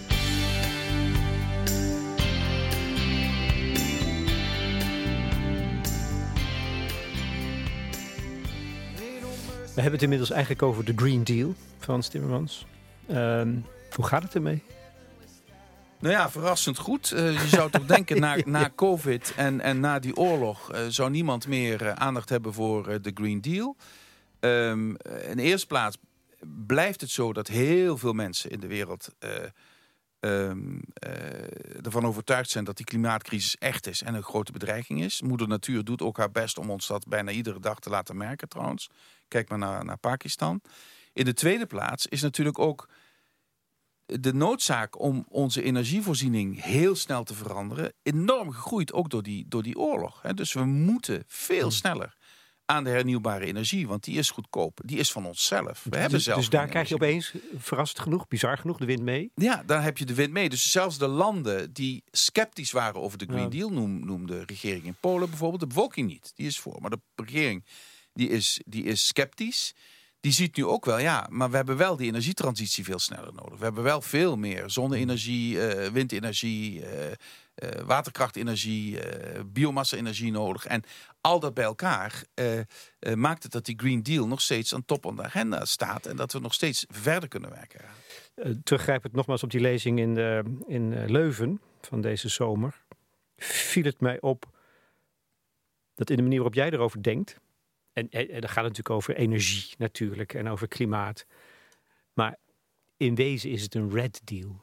S1: We hebben het inmiddels eigenlijk over de Green Deal, Frans Timmermans. Hoe gaat het ermee?
S2: Nou ja, verrassend goed. Je zou toch denken, na COVID en na die oorlog zou niemand meer aandacht hebben voor de Green Deal. In de eerste plaats blijft het zo dat heel veel mensen in de wereld ervan overtuigd zijn dat die klimaatcrisis echt is en een grote bedreiging is. Moeder Natuur doet ook haar best om ons dat bijna iedere dag te laten merken trouwens. Kijk maar naar Pakistan. In de tweede plaats is natuurlijk ook de noodzaak om onze energievoorziening heel snel te veranderen enorm gegroeid, ook door die oorlog. Dus we moeten veel sneller aan de hernieuwbare energie, want die is goedkoop. Die is van onszelf. We hebben zelf.
S1: Dus daar krijg je opeens, verrassend genoeg, bizar genoeg, de wind mee?
S2: Ja, daar heb je de wind mee. Dus zelfs de landen die sceptisch waren over de Green Deal, noem de regering in Polen bijvoorbeeld, de bevolking niet. Die is voor. Maar de regering die is sceptisch. Die ziet nu ook wel, ja, maar we hebben wel die energietransitie veel sneller nodig. We hebben wel veel meer zonne-energie, windenergie, waterkrachtenergie, biomassa-energie nodig. En al dat bij elkaar maakt het dat die Green Deal nog steeds aan top van de agenda staat. En dat we nog steeds verder kunnen werken.
S1: Teruggrijpend nogmaals op die lezing in Leuven van deze zomer, viel het mij op dat in de manier waarop jij erover denkt, en dat gaat natuurlijk over energie natuurlijk en over klimaat. Maar in wezen is het een red deal.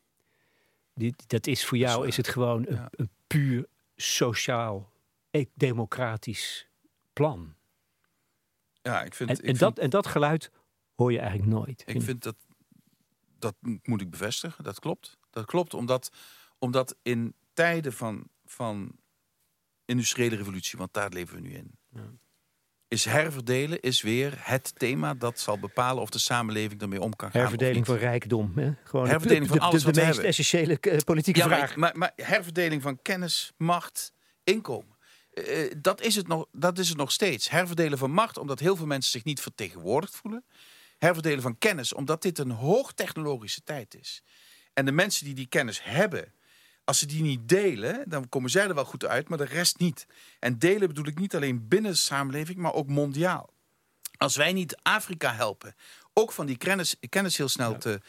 S1: Dat is voor jou is het gewoon een puur sociaal, democratisch plan.
S2: Ja, ik vind...
S1: En dat geluid hoor je eigenlijk nooit.
S2: Ik vind dat moet ik bevestigen, dat klopt. Dat klopt omdat in tijden van industriële revolutie, want daar leven we nu in, is herverdelen weer het thema dat zal bepalen of de samenleving ermee om kan gaan.
S1: Herverdeling van rijkdom. Hè? Gewoon
S2: herverdeling van alles wat we
S1: meest
S2: hebben.
S1: Essentiële politieke vraag.
S2: Maar herverdeling van kennis, macht, inkomen. Dat is het nog steeds. Herverdelen van macht, omdat heel veel mensen zich niet vertegenwoordigd voelen. Herverdelen van kennis, omdat dit een hoogtechnologische tijd is. En de mensen die kennis hebben, als ze die niet delen, dan komen zij er wel goed uit, maar de rest niet. En delen bedoel ik niet alleen binnen de samenleving, maar ook mondiaal. Als wij niet Afrika helpen ook van die kennis heel snel te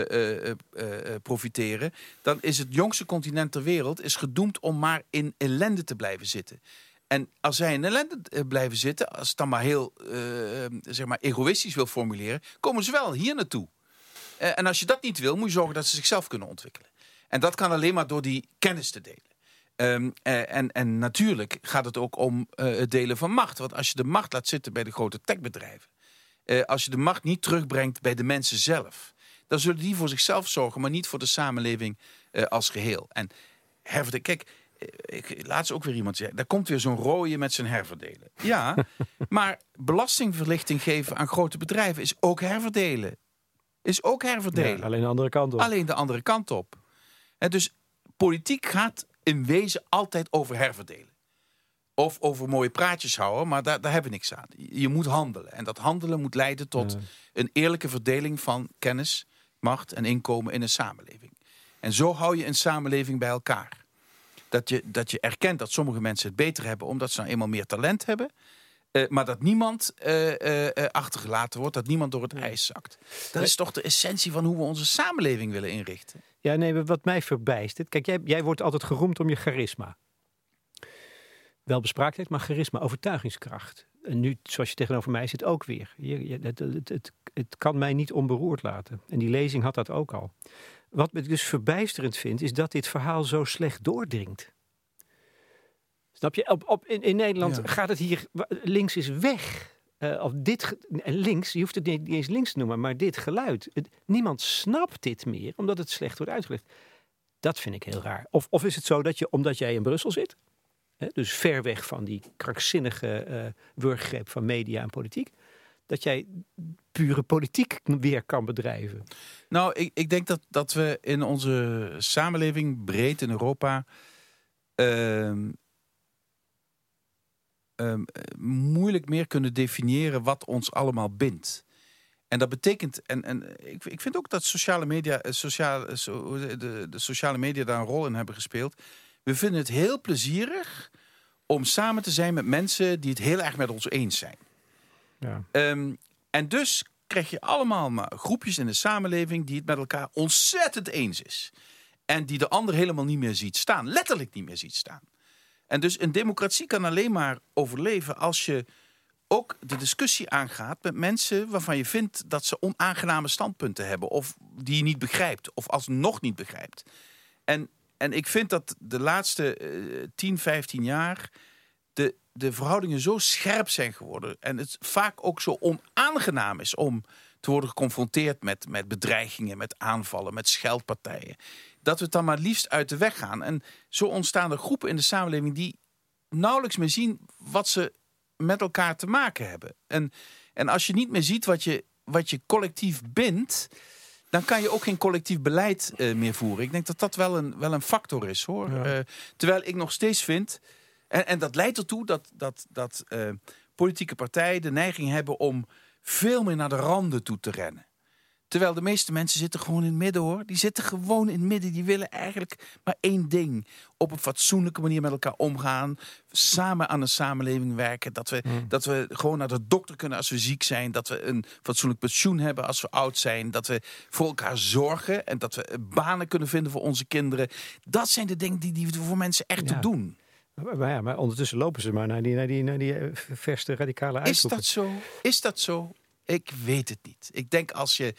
S2: profiteren, dan is het jongste continent ter wereld is gedoemd om maar in ellende te blijven zitten. En als zij in ellende blijven zitten, als het dan maar heel egoïstisch wil formuleren, komen ze wel hier naartoe. En als je dat niet wil, moet je zorgen dat ze zichzelf kunnen ontwikkelen. En dat kan alleen maar door die kennis te delen. En natuurlijk gaat het ook om het delen van macht. Want als je de macht laat zitten bij de grote techbedrijven, als je de macht niet terugbrengt bij de mensen zelf, dan zullen die voor zichzelf zorgen, maar niet voor de samenleving als geheel. En kijk, laatst ook weer iemand zeggen, daar komt weer zo'n rooie met zijn herverdelen. Ja, maar belastingverlichting geven aan grote bedrijven is ook herverdelen. Ja,
S1: alleen de andere kant op.
S2: Alleen de andere kant op. En dus politiek gaat in wezen altijd over herverdelen. Of over mooie praatjes houden, maar daar hebben we niks aan. Je moet handelen. En dat handelen moet leiden tot een eerlijke verdeling van kennis, macht en inkomen in een samenleving. En zo hou je een samenleving bij elkaar. Dat je erkent dat sommige mensen het beter hebben omdat ze nou eenmaal meer talent hebben. Maar dat niemand achtergelaten wordt, dat niemand door het ijs zakt. Dat is toch de essentie van hoe we onze samenleving willen inrichten.
S1: Ja, nee, wat mij verbijstert. Kijk, jij wordt altijd geroemd om je charisma. Wel bespraaktheid, maar charisma, overtuigingskracht. En nu, zoals je tegenover mij zit, ook weer. Het kan mij niet onberoerd laten. En die lezing had dat ook al. Wat ik dus verbijsterend vind, is dat dit verhaal zo slecht doordringt. Snap je? In Nederland gaat het hier... Links is weg. Links, je hoeft het niet eens links te noemen, maar dit geluid. Niemand snapt dit meer, omdat het slecht wordt uitgelegd. Dat vind ik heel raar. Of is het zo dat omdat jij in Brussel zit, dus ver weg van die krankzinnige wurggreep van media en politiek, dat jij pure politiek weer kan bedrijven?
S2: Nou, ik denk dat we in onze samenleving, breed in Europa, moeilijk meer kunnen definiëren wat ons allemaal bindt. En dat betekent, ik vind ook dat de sociale media daar een rol in hebben gespeeld. We vinden het heel plezierig om samen te zijn met mensen die het heel erg met ons eens zijn. Ja. En dus krijg je allemaal maar groepjes in de samenleving die het met elkaar ontzettend eens is. En die de ander helemaal niet meer ziet staan. Letterlijk niet meer ziet staan. En dus een democratie kan alleen maar overleven als je ook de discussie aangaat met mensen waarvan je vindt dat ze onaangename standpunten hebben. Of die je niet begrijpt. Of alsnog niet begrijpt. En ik vind dat de laatste 10, 15 jaar de verhoudingen zo scherp zijn geworden. En het vaak ook zo onaangenaam is om te worden geconfronteerd met bedreigingen, met aanvallen, met scheldpartijen. Dat we het dan maar liefst uit de weg gaan. En zo ontstaan er groepen in de samenleving die nauwelijks meer zien wat ze met elkaar te maken hebben. En als je niet meer ziet wat je collectief bindt, dan kan je ook geen collectief beleid meer voeren. Ik denk dat dat wel een factor is, hoor. Ja. Terwijl ik nog steeds vind, en dat leidt ertoe dat politieke partijen de neiging hebben om veel meer naar de randen toe te rennen. Terwijl de meeste mensen zitten gewoon in het midden, hoor. Die zitten gewoon in het midden. Die willen eigenlijk maar één ding. Op een fatsoenlijke manier met elkaar omgaan. Samen aan een samenleving werken. Dat we gewoon naar de dokter kunnen als we ziek zijn. Dat we een fatsoenlijk pensioen hebben als we oud zijn. Dat we voor elkaar zorgen. En dat we banen kunnen vinden voor onze kinderen. Dat zijn de dingen die we voor mensen echt te doen.
S1: Maar ondertussen lopen ze maar naar die verste radicale uitroepen.
S2: Is dat zo? Ik weet het niet. Ik denk als je...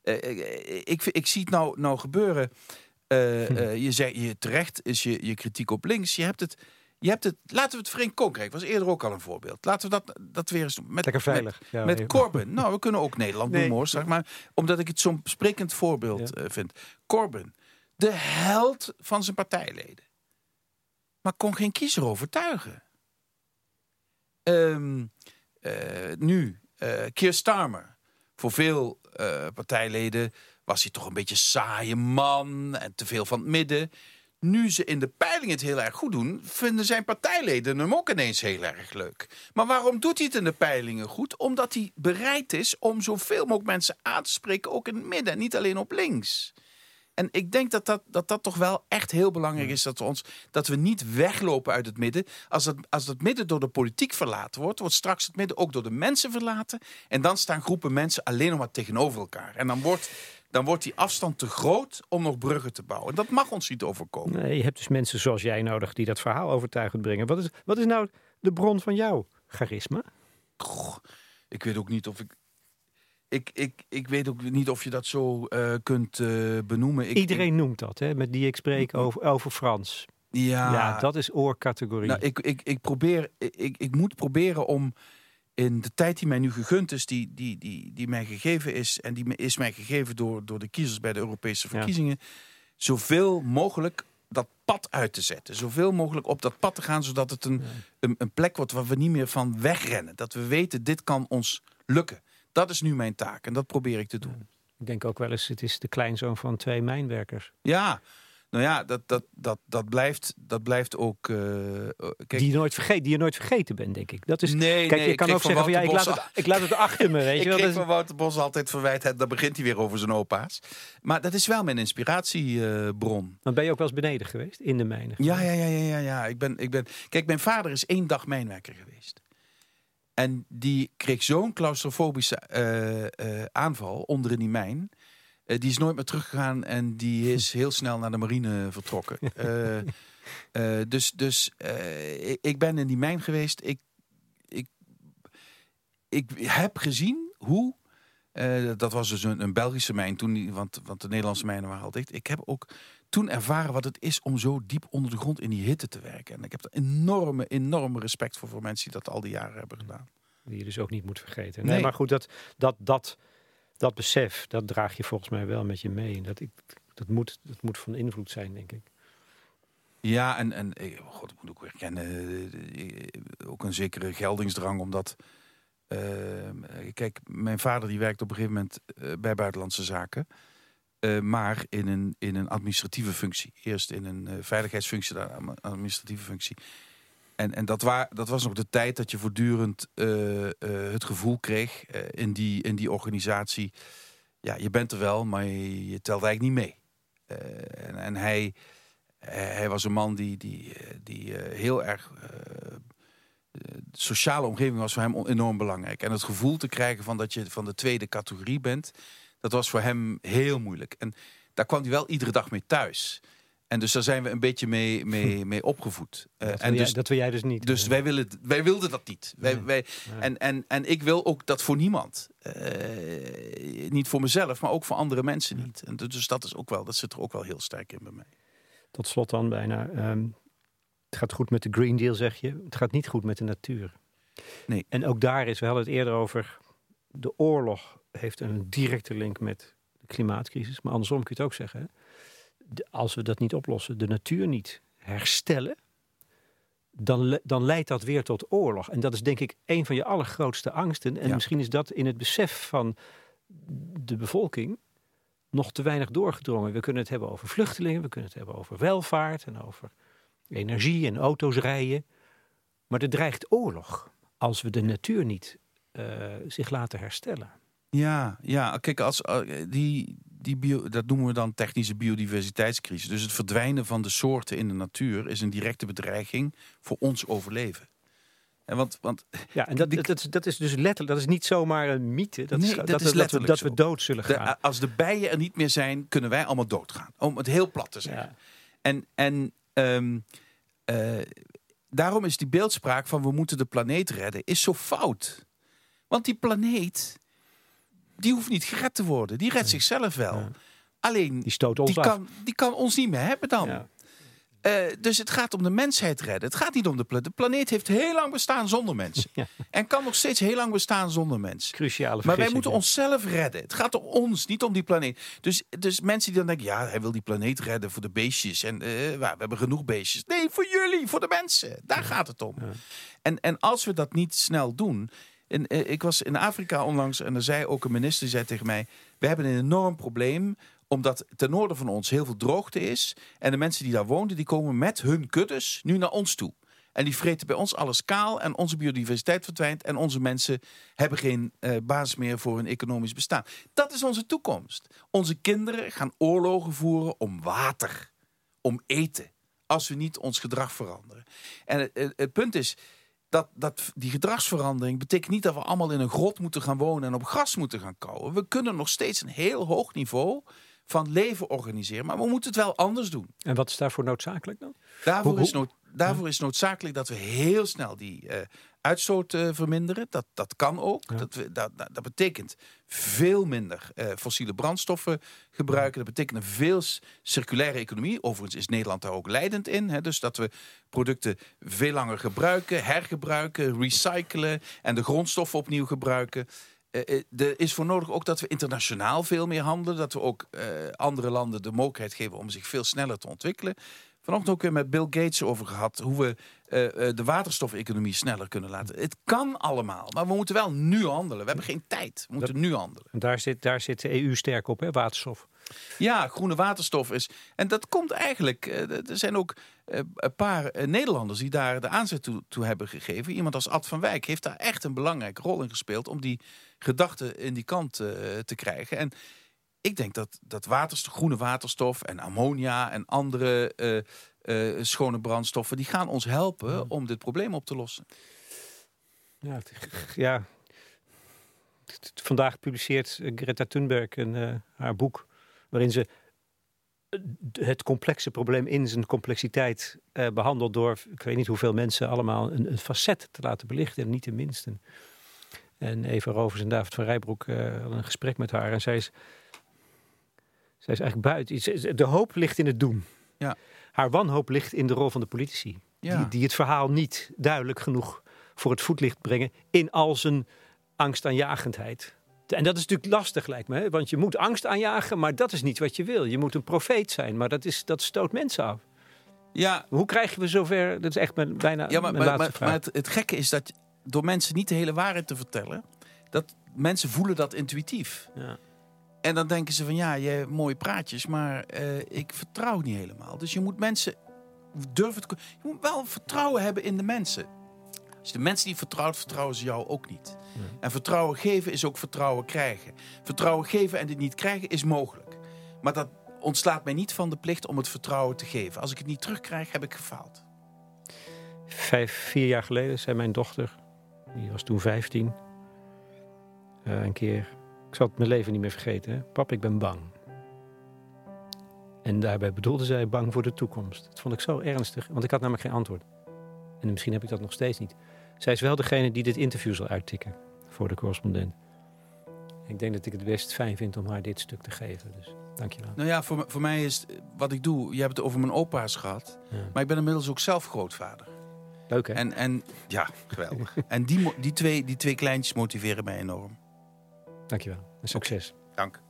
S2: Ik zie het nou gebeuren. Je zei terecht is je kritiek op links. Je hebt het. Laten we het Verenigd Koninkrijk was eerder ook al een voorbeeld. Laten we dat weer eens doen.
S1: Lekker veilig.
S2: Met Corbyn. Nou, we kunnen ook Nederland noemen, hoor. Zeg maar, omdat ik het zo'n sprekend voorbeeld vind. Corbyn, de held van zijn partijleden, maar kon geen kiezer overtuigen. Nu. Keir Starmer. Voor veel partijleden was hij toch een beetje saaie man en te veel van het midden. Nu ze in de peiling het heel erg goed doen, vinden zijn partijleden hem ook ineens heel erg leuk. Maar waarom doet hij het in de peilingen goed? Omdat hij bereid is om zoveel mogelijk mensen aan te spreken, ook in het midden, niet alleen op links. En ik denk dat toch wel echt heel belangrijk is dat we niet weglopen uit het midden. Als het midden door de politiek verlaten wordt straks het midden ook door de mensen verlaten. En dan staan groepen mensen alleen nog maar tegenover elkaar. En dan wordt die afstand te groot om nog bruggen te bouwen. Dat mag ons niet overkomen.
S1: Nee, je hebt dus mensen zoals jij nodig die dat verhaal overtuigend brengen. Wat is nou de bron van jouw charisma?
S2: Goh, ik weet ook niet of ik weet ook niet of je dat zo kunt benoemen.
S1: Iedereen noemt dat, hè, met die ik spreek over Frans. Ja, dat is oorcategorie.
S2: Nou, ik moet proberen om in de tijd die mij nu gegund is, die mij gegeven is, en die is mij gegeven door de kiezers bij de Europese verkiezingen, zoveel mogelijk dat pad uit te zetten. Zoveel mogelijk op dat pad te gaan, zodat het een plek wordt waar we niet meer van wegrennen. Dat we weten, dit kan ons lukken. Dat is nu mijn taak en dat probeer ik te doen.
S1: Ik denk ook wel eens, het is de kleinzoon van 2 mijnwerkers.
S2: Ja, nou ja, dat blijft ook... Kijk,
S1: die je nooit vergeten bent, denk ik. Dat is,
S2: nee,
S1: je kan ook zeggen van ik laat het achter me. Weet je wel?
S2: Ik kreeg van Wouter Bos altijd verwijt, dan begint hij weer over zijn opa's. Maar dat is wel mijn inspiratiebron.
S1: Dan ben je ook wel eens beneden geweest, in de mijnen?
S2: Ja. Kijk, mijn vader is 1 dag mijnwerker geweest. En die kreeg zo'n claustrofobische aanval onder in die mijn. Die is nooit meer teruggegaan en die is heel snel naar de marine vertrokken. Dus ik ben in die mijn geweest. Ik heb gezien hoe... dat was dus een Belgische mijn toen, want de Nederlandse mijnen waren al dicht. Ik heb ook toen ervaren wat het is om zo diep onder de grond in die hitte te werken. En ik heb er enorme respect voor mensen die dat al die jaren hebben gedaan.
S1: Die je dus ook niet moet vergeten. Nee, maar goed, dat besef, dat draag je volgens mij wel met je mee. Dat moet van invloed zijn, denk ik.
S2: Ja, en god, ik moet ook herkennen, ook een zekere geldingsdrang, omdat... kijk, mijn vader die werkt op een gegeven moment bij Buitenlandse Zaken. Maar in een administratieve functie. Eerst in een veiligheidsfunctie, dan een administratieve functie. En dat was nog de tijd dat je voortdurend het gevoel kreeg in die organisatie. Ja, je bent er wel, maar je telt eigenlijk niet mee. En hij was een man die heel erg... de sociale omgeving was voor hem enorm belangrijk. En het gevoel te krijgen van dat je van de tweede categorie bent, dat was voor hem heel moeilijk. En daar kwam hij wel iedere dag mee thuis. En dus daar zijn we een beetje mee opgevoed.
S1: Dat wil jij dus niet.
S2: Dus wij wilden dat niet.
S1: Nee.
S2: En ik wil ook dat voor niemand. Niet voor mezelf, maar ook voor andere mensen niet. En dus dat zit er ook wel heel sterk in bij mij.
S1: Tot slot dan bijna. Het gaat goed met de Green Deal, zeg je. Het gaat niet goed met de natuur.
S2: Nee.
S1: En ook daar we hadden het eerder over, de oorlog heeft een directe link met de klimaatcrisis. Maar andersom kun je het ook zeggen. Hè? Als we dat niet oplossen, de natuur niet herstellen, dan leidt dat weer tot oorlog. En dat is denk ik een van je allergrootste angsten. En misschien is dat in het besef van de bevolking nog te weinig doorgedrongen. We kunnen het hebben over vluchtelingen, we kunnen het hebben over welvaart en over energie en auto's rijden. Maar er dreigt oorlog als we de natuur niet zich laten herstellen.
S2: Ja, kijk, dat noemen we dan technische biodiversiteitscrisis. Dus het verdwijnen van de soorten in de natuur is een directe bedreiging voor ons overleven. En
S1: dat is dus letterlijk, dat is niet zomaar een mythe. Dat we dood zullen gaan.
S2: Als de bijen er niet meer zijn, kunnen wij allemaal doodgaan. Om het heel plat te zeggen. Ja. Daarom is die beeldspraak van we moeten de planeet redden, is zo fout. Want die planeet, die hoeft niet gered te worden. Die redt zichzelf wel. Ja. Alleen,
S1: die stoot ons af.
S2: Die kan ons niet meer hebben dan.
S1: Ja.
S2: Dus het gaat om de mensheid redden. Het gaat niet om de planeet. De planeet heeft heel lang bestaan zonder mensen. Ja. En kan nog steeds heel lang bestaan zonder mensen.
S1: Cruciale
S2: maar wij moeten onszelf redden. Het gaat om ons, niet om die planeet. Dus mensen die dan denken, ja, hij wil die planeet redden voor de beestjes. En we hebben genoeg beestjes. Nee, voor jullie, voor de mensen. Daar gaat het om. Ja. En als we dat niet snel doen. Ik was in Afrika onlangs en er zei ook een minister, die zei tegen mij, we hebben een enorm probleem, omdat ten noorden van ons heel veel droogte is. En de mensen die daar woonden, die komen met hun kuddes nu naar ons toe. En die vreten bij ons alles kaal en onze biodiversiteit verdwijnt en onze mensen hebben geen basis meer voor hun economisch bestaan. Dat is onze toekomst. Onze kinderen gaan oorlogen voeren om water, om eten, als we niet ons gedrag veranderen. En het punt is dat die gedragsverandering betekent niet dat we allemaal in een grot moeten gaan wonen en op gras moeten gaan kauwen. We kunnen nog steeds een heel hoog niveau van leven organiseren, maar we moeten het wel anders doen.
S1: En wat is daarvoor noodzakelijk dan?
S2: Daarvoor is noodzakelijk dat we heel snel die uitstoot verminderen. Dat kan ook. Ja. Dat betekent veel minder fossiele brandstoffen gebruiken. Dat betekent een veel circulaire economie. Overigens is Nederland daar ook leidend in. Hè? Dus dat we producten veel langer gebruiken, hergebruiken, recyclen en de grondstoffen opnieuw gebruiken. Er is voor nodig ook dat we internationaal veel meer handelen. Dat we ook andere landen de mogelijkheid geven om zich veel sneller te ontwikkelen. Vanochtend ook weer met Bill Gates over gehad hoe we de waterstofeconomie sneller kunnen laten. Het kan allemaal, maar we moeten wel nu handelen. We hebben geen tijd, we moeten nu handelen.
S1: Daar zit de EU sterk op, hè, waterstof.
S2: Ja, groene waterstof is. En dat komt eigenlijk. Er zijn ook een paar Nederlanders die daar de aanzet toe hebben gegeven. Iemand als Ad van Wijk heeft daar echt een belangrijke rol in gespeeld om die gedachten in die kant te krijgen. En ik denk dat groene waterstof en ammonia en andere schone brandstoffen, die gaan ons helpen om dit probleem op te lossen.
S1: Ja. Vandaag publiceert Greta Thunberg haar boek waarin ze het complexe probleem in zijn complexiteit behandelt door, ik weet niet hoeveel mensen, allemaal een facet te laten belichten en niet de minste. En Eva Rovers en David van Rijbroek hadden een gesprek met haar en zij is eigenlijk buiten. De hoop ligt in het doen.
S2: Ja.
S1: Haar wanhoop ligt in de rol van de politici.
S2: Ja.
S1: Die het verhaal niet duidelijk genoeg voor het voetlicht brengen in al zijn angstaanjagendheid. En dat is natuurlijk lastig, lijkt me. Hè? Want je moet angst aanjagen, maar dat is niet wat je wil. Je moet een profeet zijn, maar dat stoot mensen af.
S2: Ja.
S1: Hoe krijgen we zover? Dat is echt bijna mijn laatste vraag.
S2: Maar het gekke is dat door mensen niet de hele waarheid te vertellen, dat mensen voelen dat intuïtief.
S1: Ja.
S2: En dan denken ze van je hebt mooie praatjes, maar ik vertrouw niet helemaal. Dus je moet mensen je moet wel vertrouwen hebben in de mensen. Als je de mensen niet vertrouwt, vertrouwen ze jou ook niet. Ja. En vertrouwen geven is ook vertrouwen krijgen. Vertrouwen geven en dit niet krijgen is mogelijk. Maar dat ontslaat mij niet van de plicht om het vertrouwen te geven. Als ik het niet terugkrijg, heb ik gefaald.
S1: 4 jaar geleden zei mijn dochter, die was toen 15, een keer, ik zal het mijn leven niet meer vergeten, hè? Pap, ik ben bang. En daarbij bedoelde zij bang voor de toekomst. Dat vond ik zo ernstig, want ik had namelijk geen antwoord. En misschien heb ik dat nog steeds niet. Zij is wel degene die dit interview zal uittikken voor de correspondent. Ik denk dat ik het best fijn vind om haar dit stuk te geven. Dus dankjewel.
S2: Nou ja, voor mij is wat ik doe. Je hebt het over mijn opa's gehad. Ja. Maar ik ben inmiddels ook zelf grootvader.
S1: Leuk, hè?
S2: En ja, geweldig. En die twee kleintjes motiveren mij enorm.
S1: Dankjewel. En succes.
S2: Okay. Dank.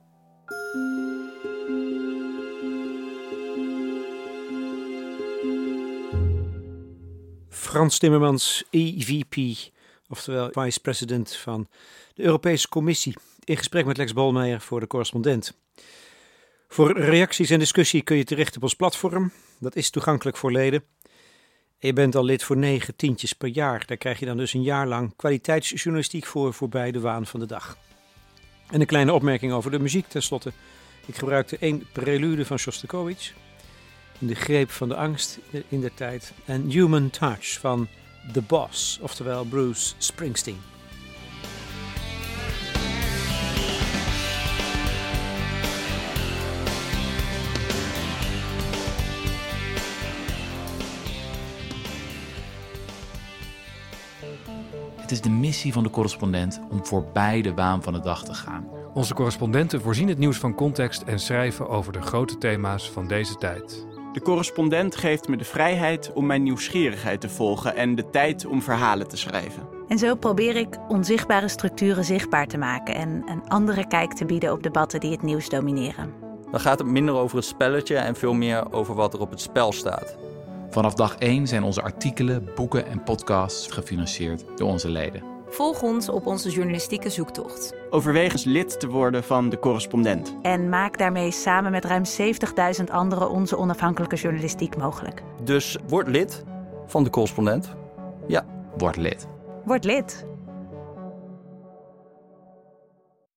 S1: Frans Timmermans, EVP, oftewel vice-president van de Europese Commissie, in gesprek met Lex Bolmeijer voor de correspondent. Voor reacties en discussie kun je terecht op ons platform. Dat is toegankelijk voor leden. Je bent al lid voor 9 tientjes per jaar. Daar krijg je dan dus een jaar lang kwaliteitsjournalistiek voorbij de waan van de dag. En een kleine opmerking over de muziek tenslotte. Ik gebruikte 1 prelude van Shostakovich, In de greep van de angst in der tijd, en Human Touch van The Boss, oftewel Bruce Springsteen.
S4: Het is de missie van de correspondent om voorbij de waan van de dag te gaan.
S5: Onze correspondenten voorzien het nieuws van context en schrijven over de grote thema's van deze tijd.
S6: De correspondent geeft me de vrijheid om mijn nieuwsgierigheid te volgen en de tijd om verhalen te schrijven.
S7: En zo probeer ik onzichtbare structuren zichtbaar te maken en een andere kijk te bieden op debatten die het nieuws domineren.
S8: Dan gaat het minder over het spelletje en veel meer over wat er op het spel staat.
S4: Vanaf dag 1 zijn onze artikelen, boeken en podcasts gefinancierd door onze leden.
S9: Volg ons op onze journalistieke zoektocht.
S6: Overweeg eens lid te worden van de correspondent.
S7: En maak daarmee samen met ruim 70.000 anderen onze onafhankelijke journalistiek mogelijk.
S8: Dus word lid, van De Correspondent. Ja.
S4: Word lid.
S7: Word lid.